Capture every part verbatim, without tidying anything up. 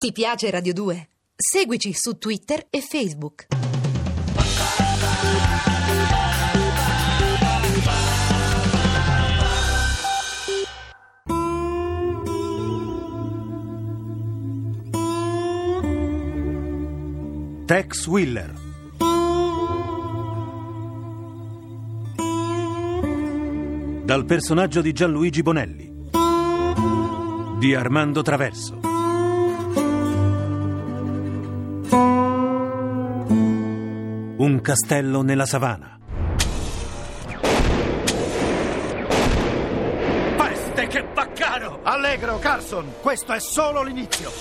Ti piace Radio due? Seguici su Twitter e Facebook. Tex Willer. Dal personaggio di Gianluigi Bonelli, di Armando Traverso. Un castello nella savana. Peste, che baccano! Allegro, Carson, questo è solo l'inizio.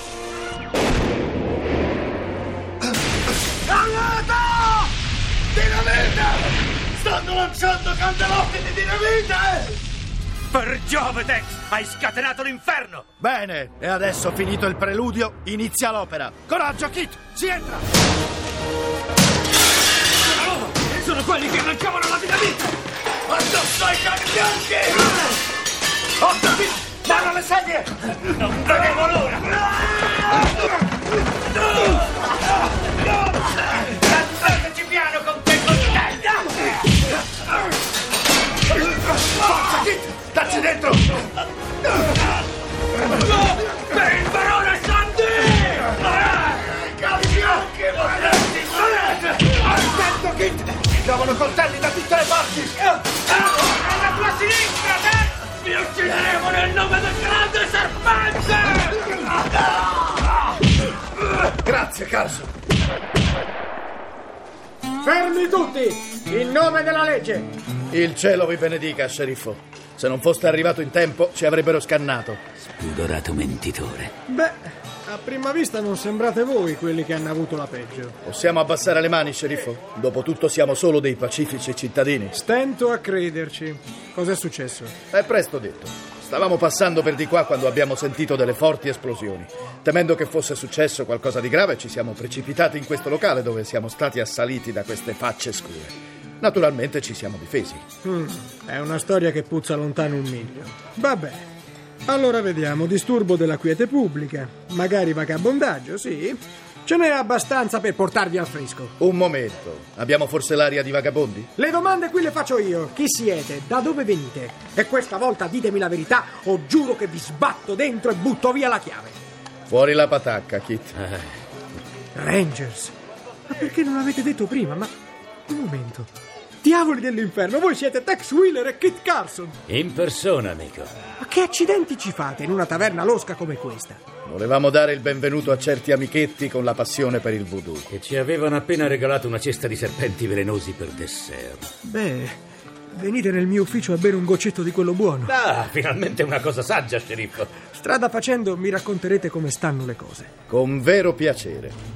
Aiuto! Dinamite! Stanno lanciando candelotti di dinamite! Per Giove, Tex! Hai scatenato l'inferno! Bene, e adesso, finito il preludio, inizia l'opera. Coraggio, Kit, si entra! Oh, sono quelli che lanciavano la dinamite! Addosso ai cani bianchi! Otto, Kit! Vanno le sedie! Non vedevo l'ora! Alzateci piano con quei coltelli! Forza, Kit! Dacci dentro! Per il barone Sandy! Cani bianchi, maledetti! Attento, Kit! Si trovano coltelli da tutte le parti! Alla tua sinistra, Tex! Vi uccideremo nel nome del grande serpente! Grazie, Carson! Fermi tutti! In nome della legge! Il cielo vi benedica, sceriffo. Se non foste arrivato in tempo, ci avrebbero scannato. Spudorato mentitore. Beh, a prima vista non sembrate voi quelli che hanno avuto la peggio. Possiamo abbassare le mani, sceriffo? Dopotutto siamo solo dei pacifici cittadini. Stento a crederci. Cos'è successo? È presto detto. Stavamo passando per di qua quando abbiamo sentito delle forti esplosioni. Temendo che fosse successo qualcosa di grave, ci siamo precipitati in questo locale dove siamo stati assaliti da queste facce scure. Naturalmente ci siamo difesi. Mm, è una storia che puzza lontano un miglio. Vabbè. Allora vediamo. Disturbo della quiete pubblica. Magari vagabondaggio, sì. Ce n'è abbastanza per portarvi al fresco. Un momento. Abbiamo forse l'aria di vagabondi? Le domande qui le faccio io. Chi siete? Da dove venite? E questa volta ditemi la verità o giuro che vi sbatto dentro e butto via la chiave. Fuori la patacca, Kit. Rangers. Ma perché non l'avete detto prima? Ma un momento. Diavoli dell'inferno, voi siete Tex Willer e Kit Carson. In persona, amico. Ma che accidenti ci fate in una taverna losca come questa? Volevamo dare il benvenuto a certi amichetti con la passione per il voodoo. Che ci avevano appena regalato una cesta di serpenti velenosi per dessert. Beh, venite nel mio ufficio a bere un goccetto di quello buono. Ah, finalmente una cosa saggia, sceriffo. Strada facendo mi racconterete come stanno le cose. Con vero piacere.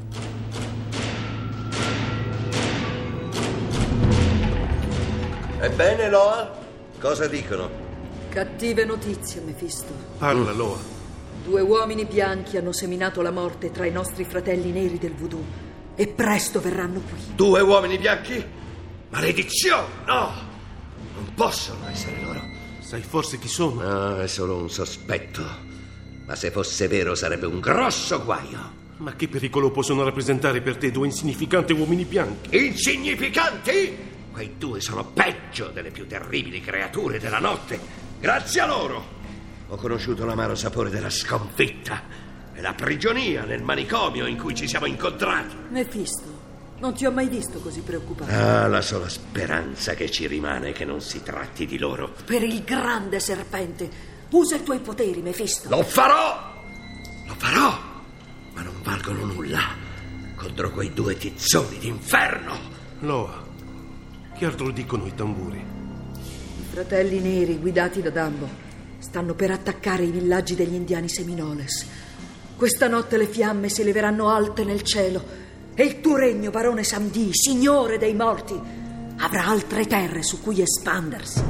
Ebbene, Loa? Cosa dicono? Cattive notizie, Mefisto. Parla, Loa. Due uomini bianchi hanno seminato la morte tra i nostri fratelli neri del voodoo e presto verranno qui. Due uomini bianchi? Maledizione! No! Non possono essere loro. Sai forse chi sono? No, è solo un sospetto. Ma se fosse vero sarebbe un grosso guaio. Ma che pericolo possono rappresentare per te due insignificanti uomini bianchi? Insignificanti? Quei due sono peggio delle più terribili creature della notte. Grazie a loro ho conosciuto l'amaro sapore della sconfitta e la prigionia nel manicomio in cui ci siamo incontrati. Mefisto, non ti ho mai visto così preoccupato. Ah, la sola speranza che ci rimane è che non si tratti di loro. Per il grande serpente, usa i tuoi poteri, Mefisto. Lo farò! Lo farò! Ma non valgono nulla contro quei due tizzoni d'inferno. Loa, che altro dicono i tamburi? I fratelli neri guidati da Dambo stanno per attaccare i villaggi degli indiani Seminoles. Questa notte le fiamme si leveranno alte nel cielo e il tuo regno, barone Samdi, signore dei morti, avrà altre terre su cui espandersi.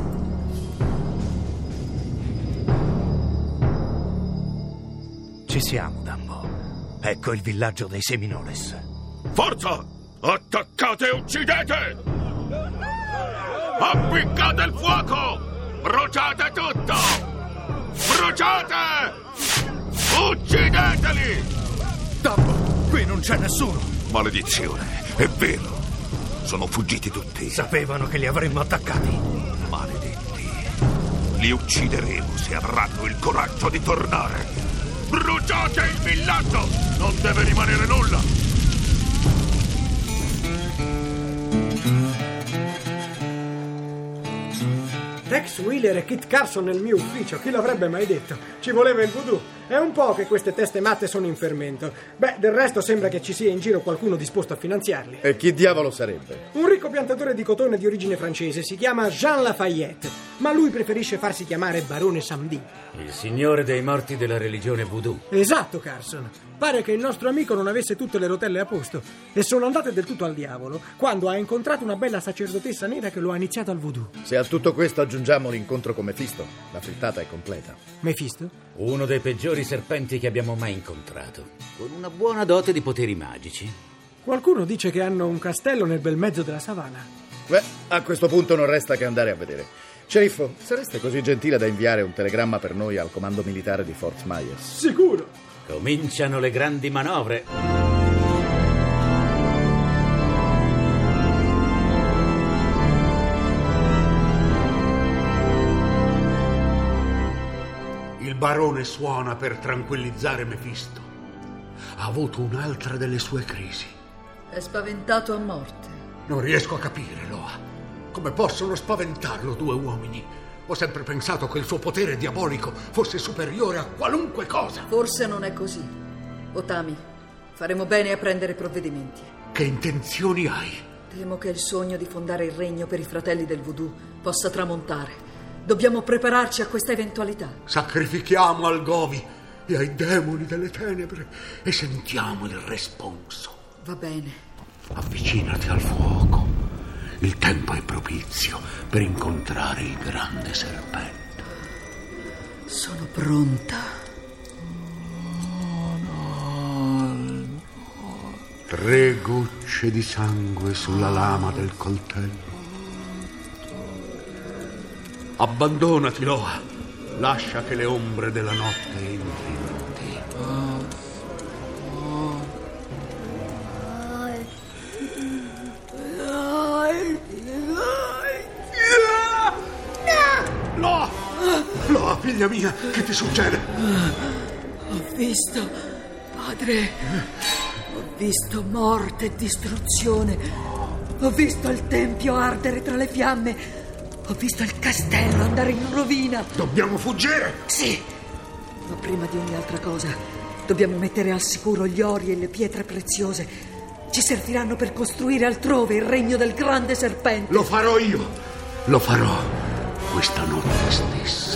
Ci siamo, Dambo. Ecco il villaggio dei Seminoles. Forza! Attaccate e uccidete! Appiccate il fuoco! Bruciate tutto! Bruciate! Uccideteli! c'è nessuno. Maledizione, è vero. Sono fuggiti tutti. Sapevano che li avremmo attaccati. Maledetti. Li uccideremo se avranno il coraggio di tornare. Bruciate il villaggio! Non deve rimanere nulla! Tex Wheeler e Kit Carson nel mio ufficio, chi l'avrebbe mai detto? Ci voleva il voodoo. È un po' che queste teste matte sono in fermento. Beh, del resto sembra che ci sia in giro qualcuno disposto a finanziarli. E chi diavolo sarebbe? Un ricco piantatore di cotone di origine francese, si chiama Jean Lafayette, ma lui preferisce farsi chiamare Barone Samedi. Il signore dei morti della religione voodoo. Esatto, Carson. Pare che il nostro amico non avesse tutte le rotelle a posto e sono andate del tutto al diavolo quando ha incontrato una bella sacerdotessa nera che lo ha iniziato al voodoo. Se a tutto questo aggiungiamo l'incontro con Mefisto, la frittata è completa. Mefisto? Uno dei peggiori serpenti che abbiamo mai incontrato, con una buona dote di poteri magici. Qualcuno dice che hanno un castello nel bel mezzo della savana. Beh, a questo punto non resta che andare a vedere. Sceriffo, sareste così gentile da inviare un telegramma per noi al comando militare di Fort Myers? Sicuro! Cominciano le grandi manovre. Il barone suona per tranquillizzare Mefisto. Ha avuto un'altra delle sue crisi. È spaventato a morte. Non riesco a capire, Loa. Come possono spaventarlo due uomini? Ho sempre pensato che il suo potere diabolico fosse superiore a qualunque cosa. Forse non è così. Otami, faremo bene a prendere provvedimenti. Che intenzioni hai? Temo che il sogno di fondare il regno per i fratelli del voodoo possa tramontare. Dobbiamo prepararci a questa eventualità. Sacrifichiamo al Govi e ai demoni delle tenebre e sentiamo il responso. Va bene. Avvicinati al fuoco. Il tempo è propizio per incontrare il grande serpente. Sono pronta. Tre gocce di sangue sulla lama del coltello. Abbandonati, Loa. Lascia che le ombre della notte entrino in te. Loa! Loa, figlia mia, che ti succede? Ho visto, padre, ho visto morte e distruzione. Ho visto il tempio ardere tra le fiamme. Ho visto il castello andare in rovina. Dobbiamo fuggire? Sì, ma prima di ogni altra cosa dobbiamo mettere al sicuro gli ori e le pietre preziose. Ci serviranno per costruire altrove il regno del grande serpente. Lo farò io, lo farò questa notte stessa.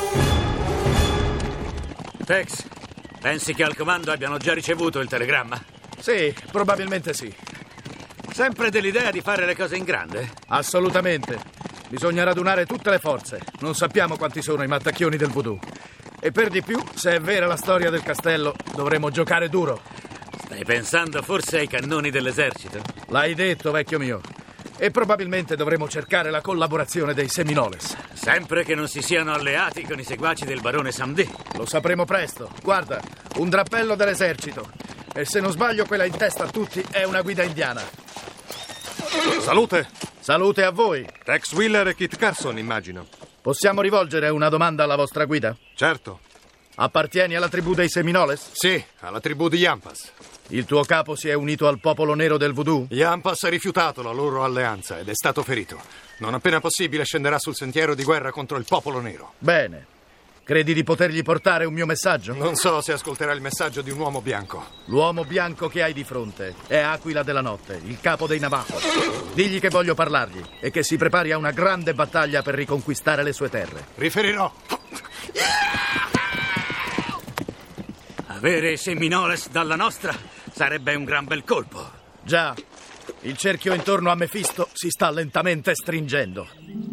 Tex, pensi che al comando abbiano già ricevuto il telegramma? Sì, probabilmente sì. Sempre dell'idea di fare le cose in grande? Assolutamente. Bisogna radunare tutte le forze. Non sappiamo quanti sono i mattacchioni del voodoo. E per di più, se è vera la storia del castello, dovremo giocare duro. Stai pensando forse ai cannoni dell'esercito? L'hai detto, vecchio mio. E probabilmente dovremo cercare la collaborazione dei Seminoles. Sempre che non si siano alleati con i seguaci del barone Samedi. Lo sapremo presto. Guarda, un drappello dell'esercito. E se non sbaglio, quella in testa a tutti è una guida indiana. Salute. Salute a voi. Tex Wheeler e Kit Carson, immagino. Possiamo rivolgere una domanda alla vostra guida? Certo. Appartieni alla tribù dei Seminoles? Sì, alla tribù di Yampas. Il tuo capo si è unito al popolo nero del voodoo? Yampas ha rifiutato la loro alleanza ed è stato ferito. Non appena possibile scenderà sul sentiero di guerra contro il popolo nero. Bene. Credi di potergli portare un mio messaggio? Non so se ascolterà il messaggio di un uomo bianco. L'uomo bianco che hai di fronte è Aquila della Notte, il capo dei Navajo. Digli che voglio parlargli e che si prepari a una grande battaglia per riconquistare le sue terre. Riferirò. Avere i Seminoles dalla nostra sarebbe un gran bel colpo. Già, il cerchio intorno a Mefisto si sta lentamente stringendo.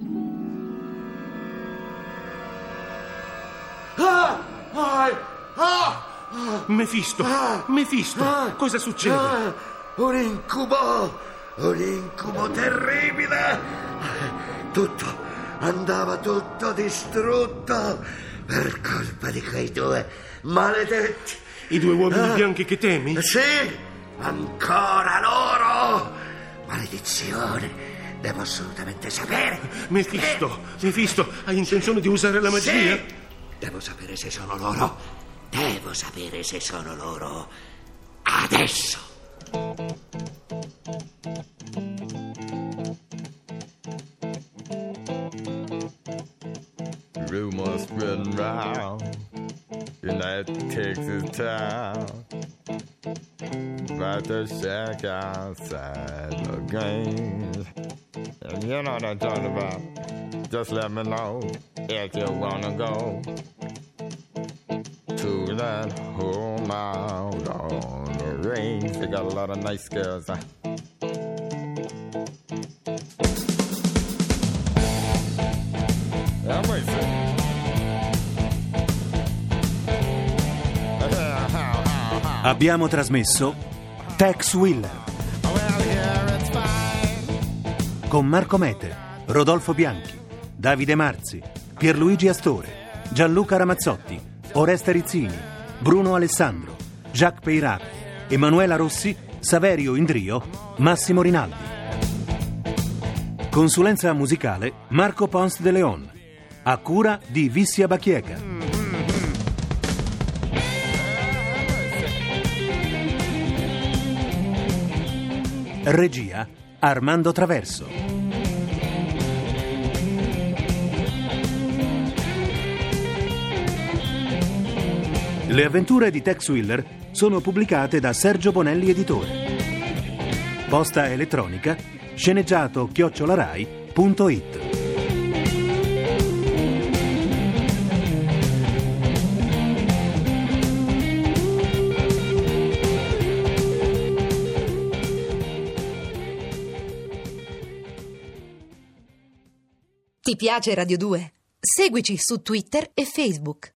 Ah! Ah! Ah! Mefisto! Ah! Mefisto! Ah! Cosa succede? Ah! Un incubo! Un incubo terribile! Tutto, andava tutto distrutto per colpa di quei due maledetti. I due uomini ah! bianchi che temi? Sì, Ancora loro! Maledizione! Devo assolutamente sapere. Mefisto, Mefisto, hai intenzione di usare la magia? Sì! Devo sapere se sono loro. Devo sapere se sono loro. Adesso! Rumors spreading round in that Texas town about the shack outside the games. And you know what I'm talking about. Just let me know if you wanna go to that home out on the range. They got a lot of nice girls. Huh? I'm waiting. Abbiamo trasmesso Tex Willer con Marco Mete, Rodolfo Bianchi, Davide Marzi, Pierluigi Astore, Gianluca Ramazzotti, Oreste Rizzini, Bruno Alessandro, Jacques Peirac, Emanuela Rossi, Saverio Indrio, Massimo Rinaldi. Consulenza musicale Marco Pons de Leon, a cura di Vissia Bachieca. Regia Armando Traverso. Le avventure di Tex Willer sono pubblicate da Sergio Bonelli Editore. Posta elettronica sceneggiato chiocciolarai punto it. Ti piace Radio due? Seguici su Twitter e Facebook.